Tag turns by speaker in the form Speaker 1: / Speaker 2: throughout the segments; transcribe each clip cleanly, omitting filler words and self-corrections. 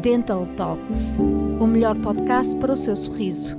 Speaker 1: Dental Talks, o melhor podcast para o seu sorriso.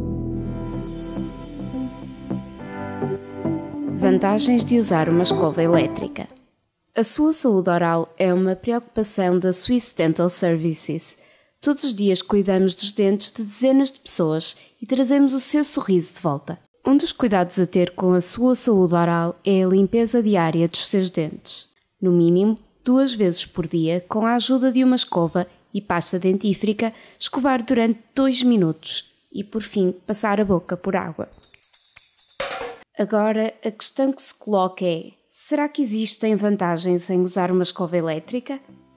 Speaker 1: Vantagens de usar uma escova elétrica. A sua saúde oral é uma preocupação da Swiss Dental Services. Todos os dias cuidamos dos dentes de dezenas de pessoas e trazemos o seu sorriso de volta. Um dos cuidados a ter com a sua saúde oral é a limpeza diária dos seus dentes. No mínimo, 2 vezes por dia, com a ajuda de uma escova e pasta dentífrica, escovar durante 2 minutos e, por fim, passar a boca por água. Agora, a questão que se coloca é: será que existem vantagens em usar uma escova elétrica?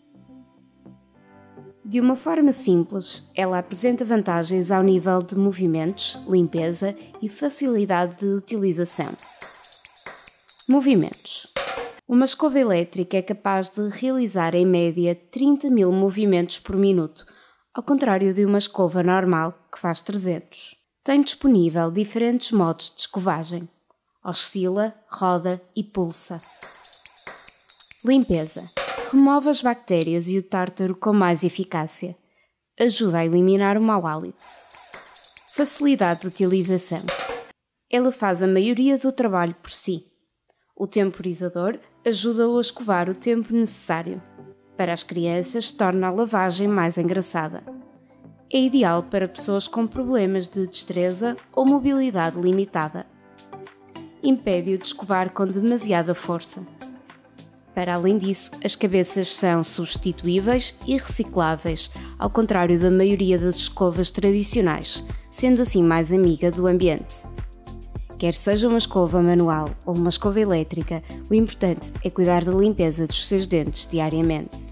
Speaker 1: De uma forma simples, ela apresenta vantagens ao nível de movimentos, limpeza e facilidade de utilização. Movimentos. Uma escova elétrica é capaz de realizar em média 30.000 movimentos por minuto, ao contrário de uma escova normal que faz 300. Tem disponível diferentes modos de escovagem: oscila, roda e pulsa. Limpeza. Remove as bactérias e o tártaro com mais eficácia. Ajuda a eliminar o mau hálito. Facilidade de utilização. Ela faz a maioria do trabalho por si. O temporizador ajuda-o a escovar o tempo necessário. Para as crianças, torna a lavagem mais engraçada. É ideal para pessoas com problemas de destreza ou mobilidade limitada. Impede-o de escovar com demasiada força. Para além disso, as cabeças são substituíveis e recicláveis, ao contrário da maioria das escovas tradicionais, sendo assim mais amiga do ambiente. Quer seja uma escova manual ou uma escova elétrica, o importante é cuidar da limpeza dos seus dentes diariamente.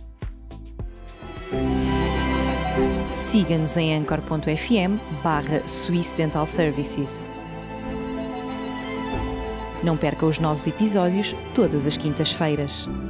Speaker 2: Siga-nos em anchor.fm/Swiss Dental Services. Não perca os novos episódios todas as quintas-feiras.